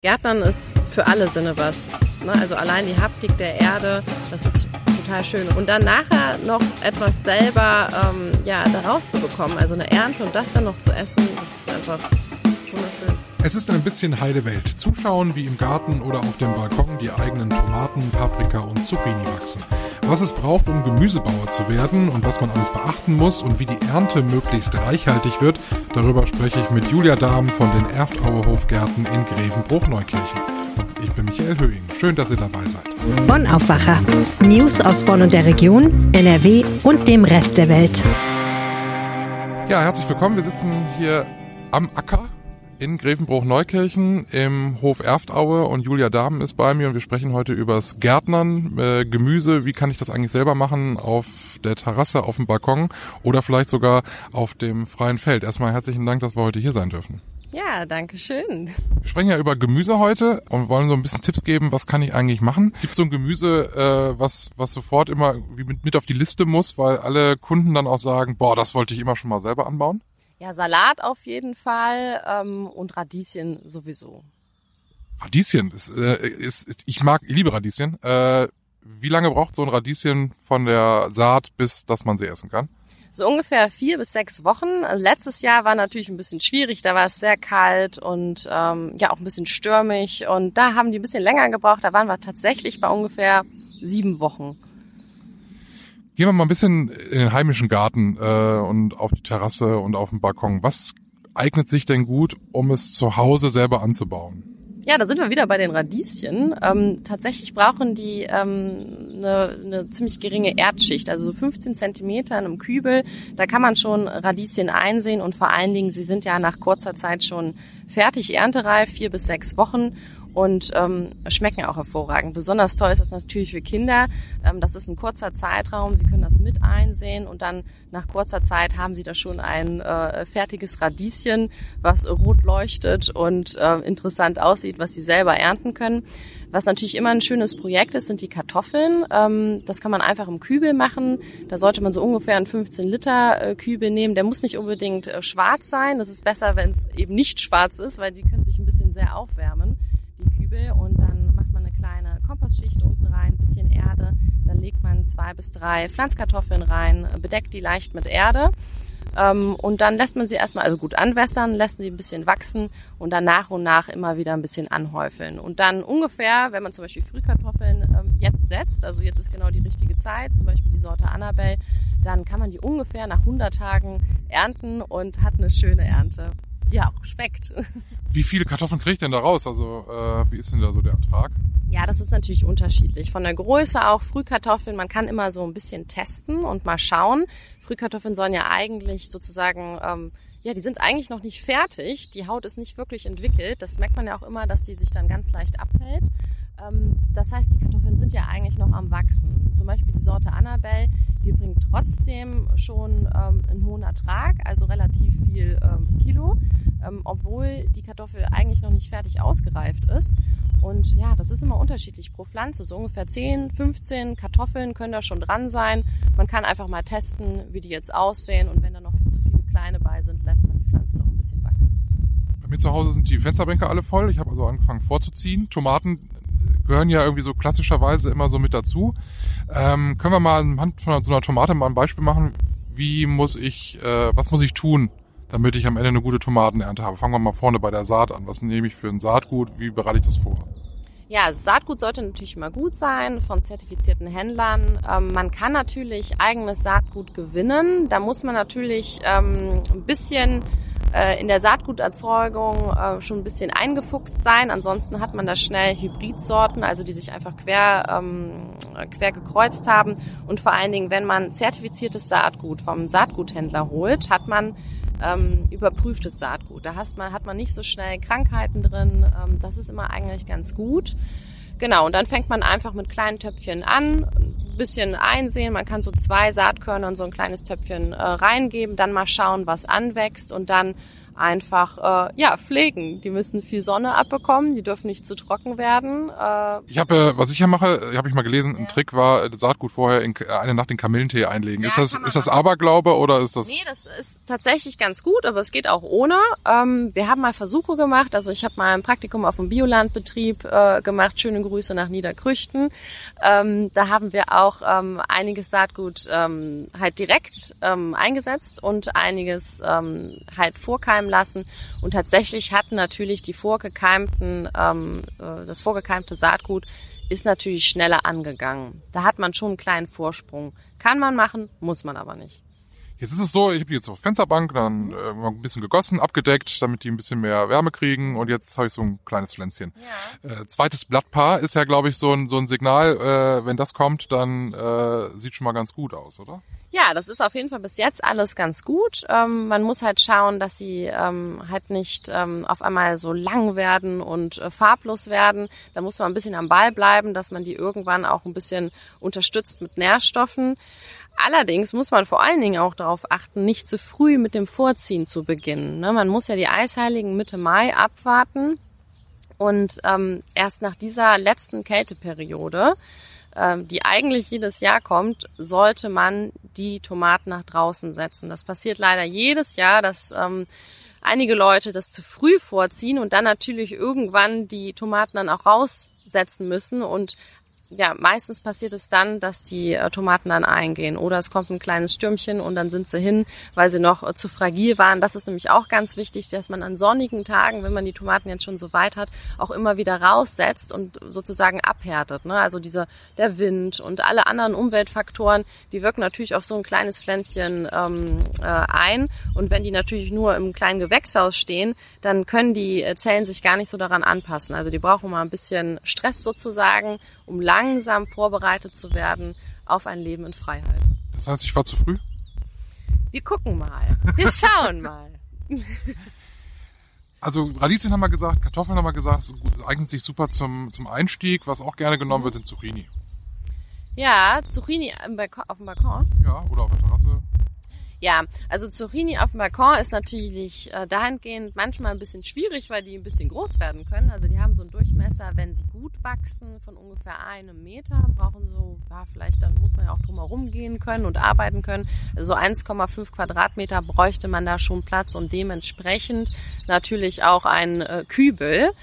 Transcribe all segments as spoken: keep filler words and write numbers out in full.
Gärtnern ist für alle Sinne was. Ne? Also allein die Haptik der Erde, das ist total schön. Und dann nachher noch etwas selber ähm, ja, daraus zu bekommen, also eine Ernte und das dann noch zu essen, das ist einfach wunderschön. Es ist ein bisschen heile Welt. Zuschauen, wie im Garten oder auf dem Balkon die eigenen Tomaten, Paprika und Zucchini wachsen. Was es braucht, um Gemüsebauer zu werden und was man alles beachten muss und wie die Ernte möglichst reichhaltig wird, darüber spreche ich mit Julia Dahm von den Erftauer Hofgärten in Grevenbruch-Neukirchen. Ich bin Michael Höhing. Schön, dass ihr dabei seid. Bonn Aufwacher. News aus Bonn und der Region, N R W und dem Rest der Welt. Ja, herzlich willkommen. Wir sitzen hier am Acker in Grevenbruch-Neukirchen im Hof Erftaue und Julia Dahm ist bei mir und wir sprechen heute übers Gärtnern, äh, Gemüse, wie kann ich das eigentlich selber machen auf der Terrasse, auf dem Balkon oder vielleicht sogar auf dem freien Feld. Erstmal herzlichen Dank, dass wir heute hier sein dürfen. Ja, danke schön. Wir sprechen ja über Gemüse heute und wollen so ein bisschen Tipps geben, was kann ich eigentlich machen. Gibt es so ein Gemüse, äh, was was sofort immer wie mit, mit auf die Liste muss, weil alle Kunden dann auch sagen, boah, das wollte ich immer schon mal selber anbauen? Ja, Salat auf jeden Fall ähm, und Radieschen sowieso. Radieschen ist, äh, ist ich mag, ich liebe Radieschen. Äh, wie lange braucht so ein Radieschen von der Saat, bis dass man sie essen kann? So ungefähr vier bis sechs Wochen. Also letztes Jahr war natürlich ein bisschen schwierig, da war es sehr kalt und ähm, ja auch ein bisschen stürmig und da haben die ein bisschen länger gebraucht. Da waren wir tatsächlich bei ungefähr sieben Wochen. Gehen wir mal ein bisschen in den heimischen Garten äh, und auf die Terrasse und auf den Balkon. Was eignet sich denn gut, um es zu Hause selber anzubauen? Ja, da sind wir wieder bei den Radieschen. Ähm, tatsächlich brauchen die ähm, eine, eine ziemlich geringe Erdschicht, also so fünfzehn Zentimeter in einem Kübel. Da kann man schon Radieschen einsehen und vor allen Dingen, sie sind ja nach kurzer Zeit schon fertig erntereif, vier bis sechs Wochen. Und ähm, schmecken auch hervorragend. Besonders toll ist das natürlich für Kinder. Ähm, das ist ein kurzer Zeitraum. Sie können das mit einsehen und dann nach kurzer Zeit haben Sie da schon ein äh, fertiges Radieschen, was rot leuchtet und äh, interessant aussieht, was Sie selber ernten können. Was natürlich immer ein schönes Projekt ist, sind die Kartoffeln. Ähm, das kann man einfach im Kübel machen. Da sollte man so ungefähr einen fünfzehn Liter äh, Kübel nehmen. Der muss nicht unbedingt äh, schwarz sein. Das ist besser, wenn es eben nicht schwarz ist, weil die können sich ein bisschen sehr aufwärmen. Und dann macht man eine kleine Kompostschicht unten rein, ein bisschen Erde. Dann legt man zwei bis drei Pflanzkartoffeln rein, bedeckt die leicht mit Erde. Und dann lässt man sie erstmal also gut anwässern, lässt sie ein bisschen wachsen und dann nach und nach immer wieder ein bisschen anhäufeln. Und dann ungefähr, wenn man zum Beispiel Frühkartoffeln jetzt setzt, also jetzt ist genau die richtige Zeit, zum Beispiel die Sorte Annabelle, dann kann man die ungefähr nach hundert Tagen ernten und hat eine schöne Ernte. Ja, auch schmeckt. Wie viele Kartoffeln kriege ich denn da raus? Also äh, wie ist denn da so der Ertrag? Ja, das ist natürlich unterschiedlich. Von der Größe auch Frühkartoffeln, man kann immer so ein bisschen testen und mal schauen. Frühkartoffeln sollen ja eigentlich sozusagen, ähm, ja, die sind eigentlich noch nicht fertig. Die Haut ist nicht wirklich entwickelt. Das merkt man ja auch immer, dass sie sich dann ganz leicht abhält. Ähm, das heißt, die Kartoffeln sind ja eigentlich noch am Wachsen. Zum Beispiel die Sorte Annabelle, die bringt trotzdem schon ähm, einen hohen Ertrag, also relativ viel ähm, Kilo, ähm, obwohl die Kartoffel eigentlich noch nicht fertig ausgereift ist. Und ja, das ist immer unterschiedlich pro Pflanze. So ungefähr zehn, fünfzehn Kartoffeln können da schon dran sein. Man kann einfach mal testen, wie die jetzt aussehen. Und wenn da noch zu viele kleine bei sind, lässt man die Pflanze noch ein bisschen wachsen. Bei mir zu Hause sind die Fensterbänke alle voll. Ich habe also angefangen vorzuziehen. Tomaten gehören ja irgendwie so klassischerweise immer so mit dazu. Ähm, können wir mal anhand von so einer Tomate mal ein Beispiel machen? Wie muss ich, äh, was muss ich tun, damit ich am Ende eine gute Tomatenernte habe? Fangen wir mal vorne bei der Saat an. Was nehme ich für ein Saatgut? Wie bereite ich das vor? Ja, Saatgut sollte natürlich immer gut sein von zertifizierten Händlern. Ähm, man kann natürlich eigenes Saatgut gewinnen. Da muss man natürlich ähm, ein bisschen in der Saatguterzeugung äh, schon ein bisschen eingefuchst sein. Ansonsten hat man da schnell Hybridsorten, also die sich einfach quer, ähm, quer gekreuzt haben. Und vor allen Dingen, wenn man zertifiziertes Saatgut vom Saatguthändler holt, hat man ähm, überprüftes Saatgut. Da hat man, hat man nicht so schnell Krankheiten drin. Ähm, das ist immer eigentlich ganz gut. Genau, und dann fängt man einfach mit kleinen Töpfchen an, ein bisschen einsehen. Man kann so zwei Saatkörner in so ein kleines Töpfchen äh, reingeben, dann mal schauen, was anwächst und dann einfach äh, ja pflegen. Die müssen viel Sonne abbekommen, die dürfen nicht zu trocken werden. Äh, ich habe, äh, was ich ja mache, habe ich mal gelesen, ein ja. Trick war, das Saatgut vorher in, äh, eine Nacht in Kamillentee einlegen. Ja, ist das ist das Aberglaube oder ist das? Nee, das ist tatsächlich ganz gut, aber es geht auch ohne. Ähm, wir haben mal Versuche gemacht, also ich habe mal ein Praktikum auf dem Biolandbetrieb äh, gemacht, schöne Grüße nach Niederkrüchten. Ähm, da haben wir auch ähm, einiges Saatgut ähm, halt direkt ähm, eingesetzt und einiges ähm, halt vorkeimen lassen. Und tatsächlich hatten natürlich die vorgekeimten, ähm, das vorgekeimte Saatgut ist natürlich schneller angegangen. Da hat man schon einen kleinen Vorsprung. Kann man machen, muss man aber nicht. Jetzt ist es so, ich habe die jetzt auf Fensterbank, dann äh, mal ein bisschen gegossen, abgedeckt, damit die ein bisschen mehr Wärme kriegen und jetzt habe ich so ein kleines Pflänzchen. Ja. Äh, zweites Blattpaar ist ja, glaube ich, so ein so ein Signal, äh, wenn das kommt, dann äh, sieht schon mal ganz gut aus, oder? Ja, das ist auf jeden Fall bis jetzt alles ganz gut. Ähm, man muss halt schauen, dass sie ähm, halt nicht ähm, auf einmal so lang werden und äh, farblos werden. Da muss man ein bisschen am Ball bleiben, dass man die irgendwann auch ein bisschen unterstützt mit Nährstoffen. Allerdings muss man vor allen Dingen auch darauf achten, nicht zu früh mit dem Vorziehen zu beginnen. Ne? Man muss ja die Eisheiligen Mitte Mai abwarten und ähm, erst nach dieser letzten Kälteperiode, ähm, die eigentlich jedes Jahr kommt, sollte man die Tomaten nach draußen setzen. Das passiert leider jedes Jahr, dass ähm, einige Leute das zu früh vorziehen und dann natürlich irgendwann die Tomaten dann auch raussetzen müssen und ja, meistens passiert es dann, dass die äh, Tomaten dann eingehen oder es kommt ein kleines Stürmchen und dann sind sie hin, weil sie noch äh, zu fragil waren. Das ist nämlich auch ganz wichtig, dass man an sonnigen Tagen, wenn man die Tomaten jetzt schon so weit hat, auch immer wieder raussetzt und sozusagen abhärtet. Ne? Also diese der Wind und alle anderen Umweltfaktoren, die wirken natürlich auf so ein kleines Pflänzchen ähm, äh, ein. Und wenn die natürlich nur im kleinen Gewächshaus stehen, dann können die äh, Zellen sich gar nicht so daran anpassen. Also die brauchen mal ein bisschen Stress sozusagen, um langsam vorbereitet zu werden auf ein Leben in Freiheit. Das heißt, ich war zu früh? Wir gucken mal. Wir schauen mal. Also Radieschen haben wir gesagt, Kartoffeln haben wir gesagt, es eignet sich super zum, zum Einstieg. Was auch gerne genommen wird, sind Zucchini. Ja, Zucchini im Balkon, auf dem Balkon. Ja, oder auf der Terrasse. Ja, also Zucchini auf dem Balkon ist natürlich äh, dahingehend manchmal ein bisschen schwierig, weil die ein bisschen groß werden können. Also die haben so einen Durchmesser, wenn sie gut wachsen, von ungefähr einem Meter, brauchen so, ja, vielleicht dann muss man ja auch drumherum gehen können und arbeiten können. Also so eins Komma fünf Quadratmeter bräuchte man da schon Platz und dementsprechend natürlich auch ein äh, Kübel.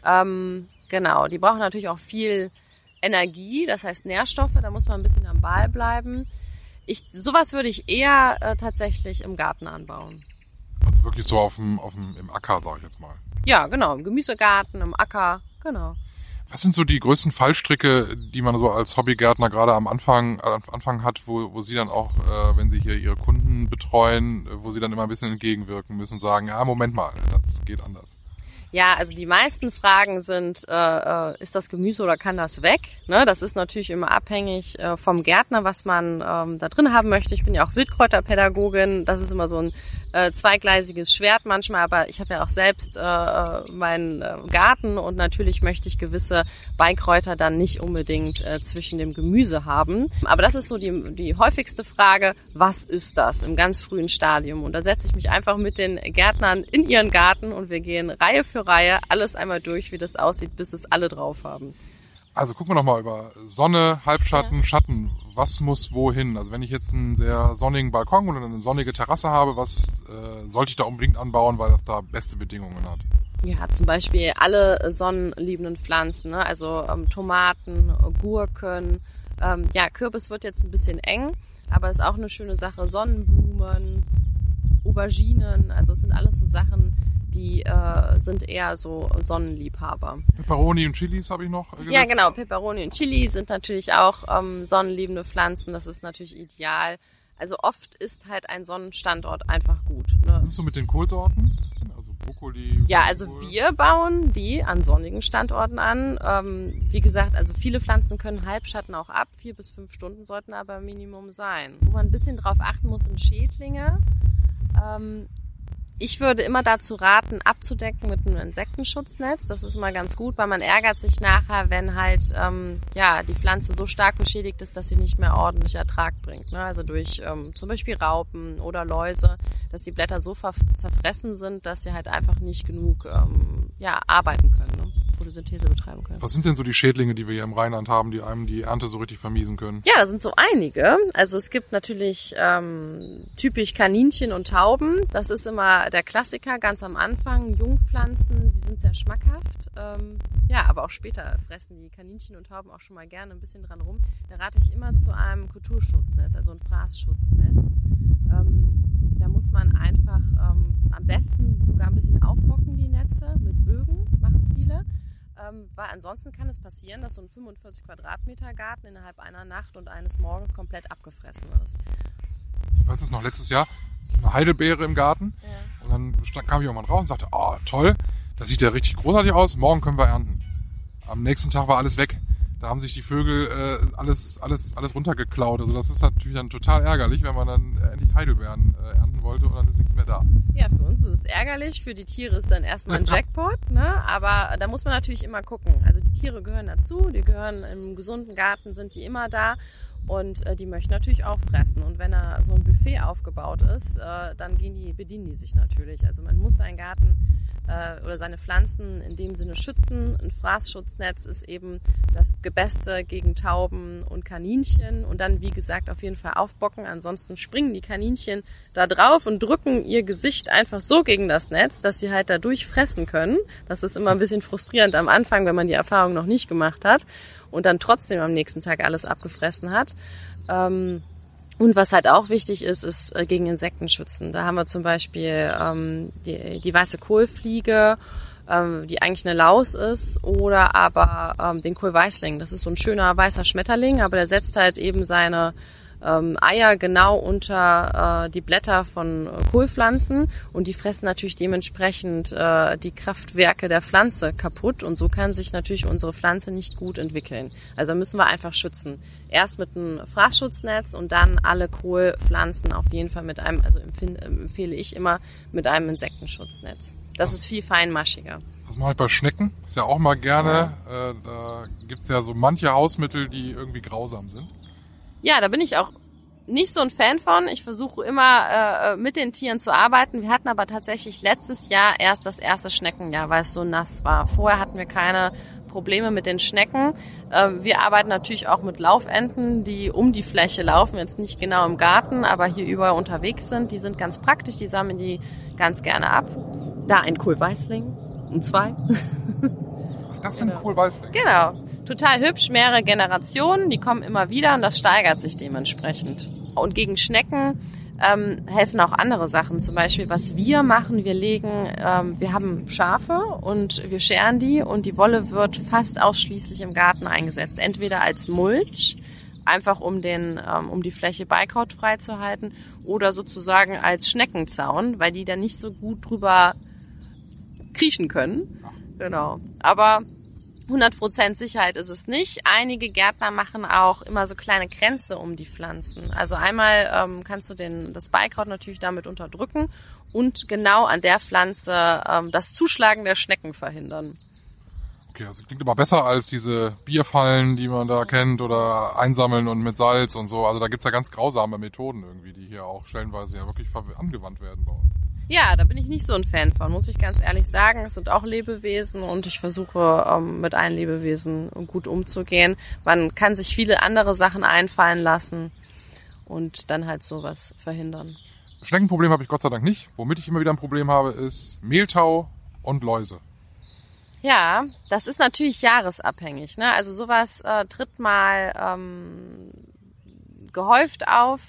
Ähm, genau, die brauchen natürlich auch viel Energie, das heißt Nährstoffe, da muss man ein bisschen am Ball bleiben. Ich, sowas würde ich eher äh, tatsächlich im Garten anbauen. Also wirklich so auf dem, auf dem, im Acker, sage ich jetzt mal. Ja, genau, im Gemüsegarten, im Acker, genau. Was sind so die größten Fallstricke, die man so als Hobbygärtner gerade am Anfang, am Anfang hat, wo, wo Sie dann auch, äh, wenn Sie hier Ihre Kunden betreuen, wo Sie dann immer ein bisschen entgegenwirken müssen und sagen, ja, Moment mal, das geht anders? Ja, also die meisten Fragen sind, äh, ist das Gemüse oder kann das weg? Ne, das ist natürlich immer abhängig äh, vom Gärtner, was man ähm, da drin haben möchte. Ich bin ja auch Wildkräuterpädagogin. Das ist immer so ein äh, zweigleisiges Schwert manchmal, aber ich habe ja auch selbst äh, meinen äh, Garten und natürlich möchte ich gewisse Beikräuter dann nicht unbedingt äh, zwischen dem Gemüse haben. Aber das ist so die, die häufigste Frage, was ist das im ganz frühen Stadium? Und da setze ich mich einfach mit den Gärtnern in ihren Garten und wir gehen Reihe für Reihe alles einmal durch, wie das aussieht, bis es alle drauf haben. Also gucken wir nochmal über Sonne, Halbschatten, ja. Schatten. Was muss wohin? Also wenn ich jetzt einen sehr sonnigen Balkon oder eine sonnige Terrasse habe, was äh, sollte ich da unbedingt anbauen, weil das da beste Bedingungen hat? Ja, zum Beispiel alle sonnenliebenden Pflanzen, ne? Also ähm, Tomaten, Gurken. Ähm, ja, Kürbis wird jetzt ein bisschen eng, aber ist auch eine schöne Sache. Sonnenblumen, Auberginen, also es sind alles so Sachen, die äh, sind eher so Sonnenliebhaber. Peperoni und Chilis habe ich noch gesetzt. Ja, genau. Peperoni und Chili sind natürlich auch ähm, sonnenliebende Pflanzen. Das ist natürlich ideal. Also oft ist halt ein Sonnenstandort einfach gut. Ne? Was ist so mit den Kohlsorten? Also Brokkoli? Ja, also wir bauen die an sonnigen Standorten an. Ähm, wie gesagt, also viele Pflanzen können Halbschatten auch ab. Vier bis fünf Stunden sollten aber Minimum sein. Wo man ein bisschen drauf achten muss, sind Schädlinge. Ähm, Ich würde immer dazu raten, abzudecken mit einem Insektenschutznetz. Das ist immer ganz gut, weil man ärgert sich nachher, wenn halt ähm, ja die Pflanze so stark beschädigt ist, dass sie nicht mehr ordentlich Ertrag bringt. Ne? Also durch ähm, zum Beispiel Raupen oder Läuse, dass die Blätter so ver- zerfressen sind, dass sie halt einfach nicht genug ähm, ja arbeiten können, ne? Photosynthese betreiben können. Was sind denn so die Schädlinge, die wir hier im Rheinland haben, die einem die Ernte so richtig vermiesen können? Ja, da sind so einige. Also es gibt natürlich ähm, typisch Kaninchen und Tauben. Das ist immer der Klassiker ganz am Anfang. Jungpflanzen, die sind sehr schmackhaft. Ähm, ja, aber auch später fressen die Kaninchen und Tauben auch schon mal gerne ein bisschen dran rum. Da rate ich immer zu einem Kulturschutznetz, also ein Fraßschutznetz. Ähm, da muss man einfach ähm, am besten sogar ein bisschen aufbocken, die Netze, mit Bögen, machen viele. Ähm, weil ansonsten kann es passieren, dass so ein fünfundvierzig Quadratmeter Garten innerhalb einer Nacht und eines Morgens komplett abgefressen ist. Ich weiß es noch, letztes Jahr eine Heidelbeere im Garten. Ja. Und dann stand, kam jemand raus und sagte, oh toll, das sieht ja richtig großartig aus, morgen können wir ernten. Am nächsten Tag war alles weg. Da haben sich die Vögel äh, alles, alles, alles runtergeklaut. Also das ist natürlich dann total ärgerlich, wenn man dann endlich Heidelbeeren äh, ernten wollte und dann ist nichts mehr da. Ja, für uns ist es ärgerlich, für die Tiere ist dann erstmal ein Jackpot, ne? Aber da muss man natürlich immer gucken. Also die Tiere gehören dazu, die gehören im gesunden Garten, sind die immer da. Und äh, die möchten natürlich auch fressen. Und wenn da so ein Buffet aufgebaut ist, äh, dann gehen die, bedienen die sich natürlich. Also man muss seinen Garten äh, oder seine Pflanzen in dem Sinne schützen. Ein Fraßschutznetz ist eben das Gebeste gegen Tauben und Kaninchen. Und dann, wie gesagt, auf jeden Fall aufbocken. Ansonsten springen die Kaninchen da drauf und drücken ihr Gesicht einfach so gegen das Netz, dass sie halt da durchfressen können. Das ist immer ein bisschen frustrierend am Anfang, wenn man die Erfahrung noch nicht gemacht hat. Und dann trotzdem am nächsten Tag alles abgefressen hat. Und was halt auch wichtig ist, ist gegen Insekten schützen. Da haben wir zum Beispiel die, die weiße Kohlfliege, die eigentlich eine Laus ist, oder aber den Kohlweißling. Das ist so ein schöner weißer Schmetterling, aber der setzt halt eben seine Ähm, Eier genau unter äh, die Blätter von äh, Kohlpflanzen und die fressen natürlich dementsprechend äh, die Kraftwerke der Pflanze kaputt und so kann sich natürlich unsere Pflanze nicht gut entwickeln. Also müssen wir einfach schützen. Erst mit einem Fraßschutznetz und dann alle Kohlpflanzen auf jeden Fall mit einem, also empfinde, empfehle ich immer, mit einem Insektenschutznetz. Das ist viel feinmaschiger. Das mache ich bei Schnecken, ist ja auch mal gerne. Ja. Äh, da gibt's ja so manche Hausmittel, die irgendwie grausam sind. Ja, da bin ich auch nicht so ein Fan von. Ich versuche immer äh, mit den Tieren zu arbeiten. Wir hatten aber tatsächlich letztes Jahr erst das erste Schneckenjahr, weil es so nass war. Vorher hatten wir keine Probleme mit den Schnecken. Äh, wir arbeiten natürlich auch mit Laufenten, die um die Fläche laufen, jetzt nicht genau im Garten, aber hier überall unterwegs sind. Die sind ganz praktisch, die sammeln die ganz gerne ab. Da ein Kohlweißling und zwei. Das sind genau. Kohlweißlinge? Genau. Total hübsch, mehrere Generationen, die kommen immer wieder und das steigert sich dementsprechend. Und gegen Schnecken ähm, helfen auch andere Sachen. Zum Beispiel, was wir machen, wir legen, ähm, wir haben Schafe und wir scheren die und die Wolle wird fast ausschließlich im Garten eingesetzt. Entweder als Mulch, einfach um den, ähm, um die Fläche beikrautfrei zu halten, oder sozusagen als Schneckenzaun, weil die dann nicht so gut drüber kriechen können. Genau. Aber hundert Prozent Sicherheit ist es nicht. Einige Gärtner machen auch immer so kleine Kränze um die Pflanzen. Also einmal ähm, kannst du den, das Beikraut natürlich damit unterdrücken und genau an der Pflanze ähm, das Zuschlagen der Schnecken verhindern. Okay, also klingt immer besser als diese Bierfallen, die man da kennt, oder einsammeln und mit Salz und so. Also da gibt's ja ganz grausame Methoden irgendwie, die hier auch stellenweise ja wirklich angewandt werden bei uns. Ja, da bin ich nicht so ein Fan von, muss ich ganz ehrlich sagen. Es sind auch Lebewesen und ich versuche ähm, mit allen Lebewesen gut umzugehen. Man kann sich viele andere Sachen einfallen lassen und dann halt sowas verhindern. Schneckenproblem habe ich Gott sei Dank nicht. Womit ich immer wieder ein Problem habe, ist Mehltau und Läuse. Ja, das ist natürlich jahresabhängig, ne? Also sowas äh, tritt mal ähm, gehäuft auf.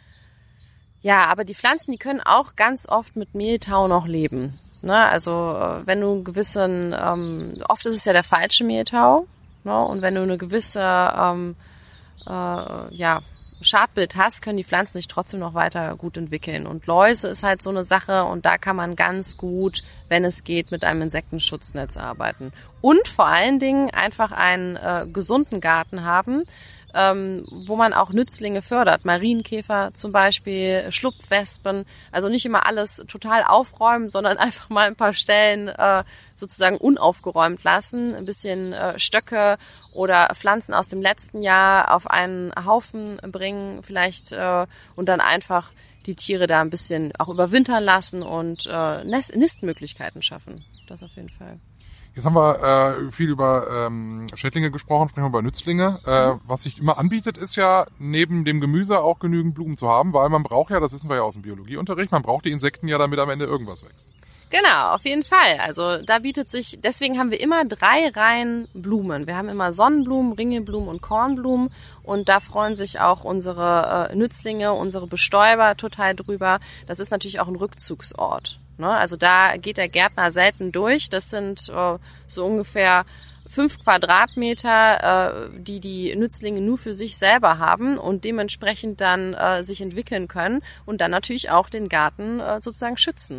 Ja, aber die Pflanzen, die können auch ganz oft mit Mehltau noch leben. Ne? Also wenn du einen gewissen, ähm, oft ist es ja der falsche Mehltau, ne? Und wenn du eine gewisse ähm, äh, ja, Schadbild hast, können die Pflanzen sich trotzdem noch weiter gut entwickeln. Und Läuse ist halt so eine Sache und da kann man ganz gut, wenn es geht, mit einem Insektenschutznetz arbeiten. Und vor allen Dingen einfach einen äh, gesunden Garten haben, ähm, wo man auch Nützlinge fördert. Marienkäfer zum Beispiel, Schlupfwespen. Also nicht immer alles total aufräumen, sondern einfach mal ein paar Stellen äh, sozusagen unaufgeräumt lassen. Ein bisschen äh, Stöcke oder Pflanzen aus dem letzten Jahr auf einen Haufen bringen vielleicht äh, und dann einfach die Tiere da ein bisschen auch überwintern lassen und äh, Nest- Nistmöglichkeiten schaffen. Das auf jeden Fall. Jetzt haben wir äh, viel über ähm, Schädlinge gesprochen, sprechen wir über Nützlinge. Äh, mhm. Was sich immer anbietet, ist ja neben dem Gemüse auch genügend Blumen zu haben, weil man braucht ja, das wissen wir ja aus dem Biologieunterricht, man braucht die Insekten ja, damit am Ende irgendwas wächst. Genau, auf jeden Fall. Also da bietet sich, deswegen haben wir immer drei Reihen Blumen. Wir haben immer Sonnenblumen, Ringelblumen und Kornblumen und da freuen sich auch unsere äh, Nützlinge, unsere Bestäuber total drüber. Das ist natürlich auch ein Rückzugsort. Ne? Also da geht der Gärtner selten durch. Das sind äh, so ungefähr fünf Quadratmeter, äh, die die Nützlinge nur für sich selber haben und dementsprechend dann äh, sich entwickeln können und dann natürlich auch den Garten äh, sozusagen schützen.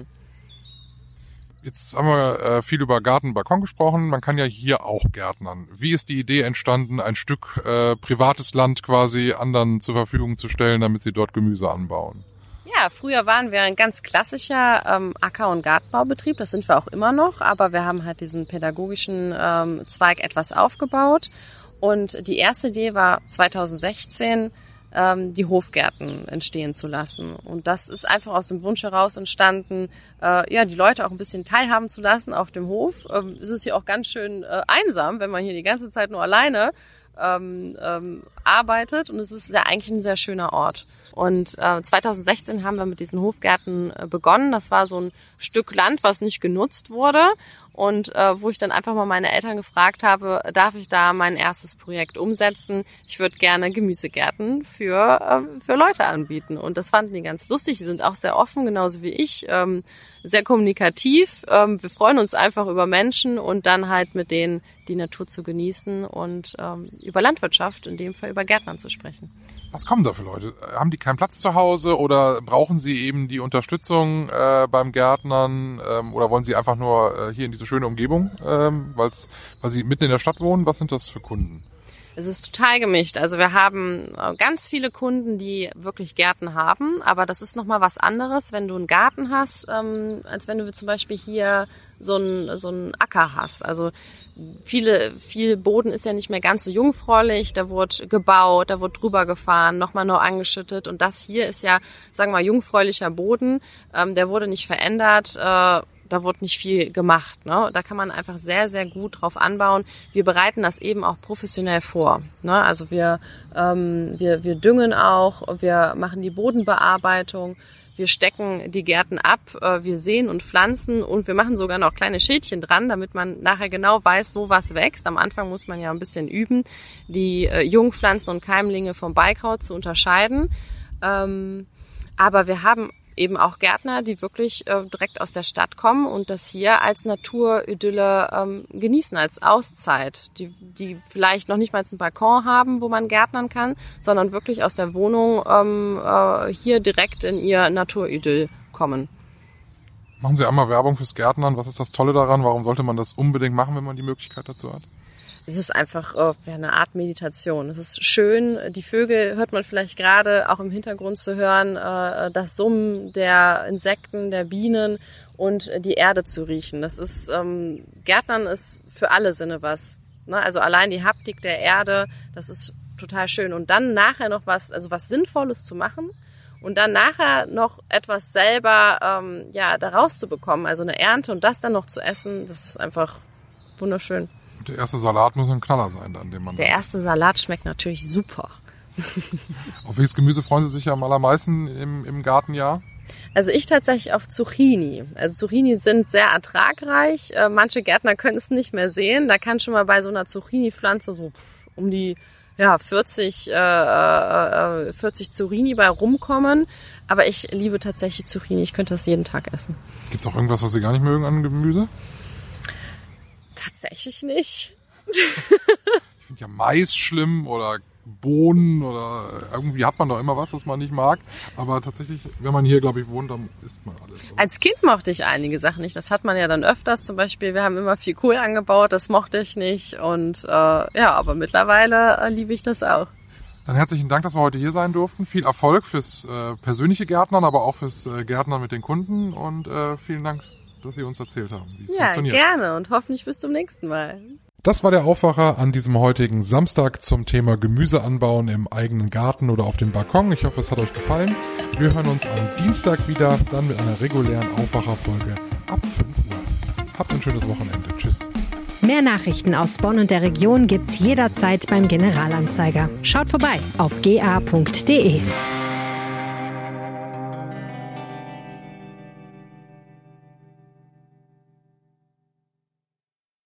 Jetzt haben wir äh, viel über Garten und Balkon gesprochen. Man kann ja hier auch gärtnern. Wie ist die Idee entstanden, ein Stück äh, privates Land quasi anderen zur Verfügung zu stellen, damit sie dort Gemüse anbauen? Ja, früher waren wir ein ganz klassischer ähm, Acker- und Gartenbaubetrieb. Das sind wir auch immer noch. Aber wir haben halt diesen pädagogischen ähm, Zweig etwas aufgebaut. Und die erste Idee war zweitausendsechzehn, die Hofgärten entstehen zu lassen. Und das ist einfach aus dem Wunsch heraus entstanden, äh, ja, die Leute auch ein bisschen teilhaben zu lassen auf dem Hof. Ähm, es ist hier auch ganz schön äh, einsam, wenn man hier die ganze Zeit nur alleine ähm, ähm, arbeitet. Und es ist ja eigentlich ein sehr schöner Ort. Und äh, zweitausendsechzehn haben wir mit diesen Hofgärten äh, begonnen. Das war so ein Stück Land, was nicht genutzt wurde. Und äh, wo ich dann einfach mal meine Eltern gefragt habe, darf ich da mein erstes Projekt umsetzen? Ich würde gerne Gemüsegärten für äh, für Leute anbieten. Und das fanden die ganz lustig. Die sind auch sehr offen, genauso wie ich, ähm, sehr kommunikativ. Ähm, wir freuen uns einfach über Menschen und dann halt mit denen die Natur zu genießen und ähm, über Landwirtschaft, in dem Fall über Gärtnern zu sprechen. Was kommen da für Leute? Haben die keinen Platz zu Hause oder brauchen sie eben die Unterstützung äh, beim Gärtnern ähm, oder wollen sie einfach nur äh, hier in diese schöne Umgebung, ähm, weil's, weil sie mitten in der Stadt wohnen? Was sind das für Kunden? Es ist total gemischt. Also wir haben ganz viele Kunden, die wirklich Gärten haben, aber das ist nochmal was anderes, wenn du einen Garten hast, ähm, als wenn du zum Beispiel hier so einen, so einen Acker hast. Also Viele, viel Boden ist ja nicht mehr ganz so jungfräulich, da wurde gebaut, da wurde drüber gefahren, nochmal neu angeschüttet und das hier ist ja, sagen wir mal, jungfräulicher Boden, ähm, der wurde nicht verändert, äh, da wurde nicht viel gemacht, ne? Da kann man einfach sehr, sehr gut drauf anbauen. Wir bereiten das eben auch professionell vor, ne? Also wir, ähm, wir, wir düngen auch, wir machen die Bodenbearbeitung, wir stecken die Gärten ab, wir säen und pflanzen und wir machen sogar noch kleine Schildchen dran, damit man nachher genau weiß, wo was wächst. Am Anfang muss man ja ein bisschen üben, die Jungpflanzen und Keimlinge vom Beikraut zu unterscheiden. Aber wir haben eben auch Gärtner, die wirklich äh, direkt aus der Stadt kommen und das hier als Naturidylle ähm, genießen, als Auszeit, die, die vielleicht noch nicht mal einen Balkon haben, wo man gärtnern kann, sondern wirklich aus der Wohnung ähm, äh, hier direkt in ihr Naturidyll kommen. Machen Sie einmal Werbung fürs Gärtnern. Was ist das Tolle daran? Warum sollte man das unbedingt machen, wenn man die Möglichkeit dazu hat? Es ist einfach äh, eine Art Meditation. Es ist schön, die Vögel hört man vielleicht gerade auch im Hintergrund zu hören, äh, das Summen der Insekten, der Bienen und die Erde zu riechen. Das ist, ähm, Gärtnern ist für alle Sinne was. Ne? Also allein die Haptik der Erde, das ist total schön. Und dann nachher noch was, also was Sinnvolles zu machen und dann nachher noch etwas selber ähm, ja daraus zu bekommen, also eine Ernte und das dann noch zu essen, das ist einfach wunderschön. Der erste Salat muss ein Knaller sein, dann, den man. Der erste Salat schmeckt natürlich super. Auf welches Gemüse freuen Sie sich ja am allermeisten im, im Gartenjahr? Also ich tatsächlich auf Zucchini. Also Zucchini sind sehr ertragreich. Äh, manche Gärtner können es nicht mehr sehen. Da kann schon mal bei so einer Zucchini-Pflanze so um die ja, vierzig, äh, vierzig Zucchini bei rumkommen. Aber ich liebe tatsächlich Zucchini. Ich könnte das jeden Tag essen. Gibt es auch irgendwas, was Sie gar nicht mögen an Gemüse? Tatsächlich nicht. Ich finde ja Mais schlimm oder Bohnen oder irgendwie hat man doch immer was, was man nicht mag. Aber tatsächlich, wenn man hier, glaube ich, wohnt, dann isst man alles. Oder? Als Kind mochte ich einige Sachen nicht. Das hat man ja dann öfters. Zum Beispiel, wir haben immer viel Kohl angebaut, das mochte ich nicht. Und äh, ja, aber mittlerweile äh, liebe ich das auch. Dann herzlichen Dank, dass wir heute hier sein durften. Viel Erfolg fürs äh, persönliche Gärtnern, aber auch fürs äh, Gärtnern mit den Kunden. Und äh, vielen Dank, dass Sie uns erzählt haben, wie es ja, funktioniert. Ja, gerne und hoffentlich bis zum nächsten Mal. Das war der Aufwacher an diesem heutigen Samstag zum Thema Gemüse anbauen im eigenen Garten oder auf dem Balkon. Ich hoffe, es hat euch gefallen. Wir hören uns am Dienstag wieder, dann mit einer regulären Aufwacherfolge ab fünf Uhr. Habt ein schönes Wochenende. Tschüss. Mehr Nachrichten aus Bonn und der Region gibt's jederzeit beim Generalanzeiger. Schaut vorbei auf g a punkt d e.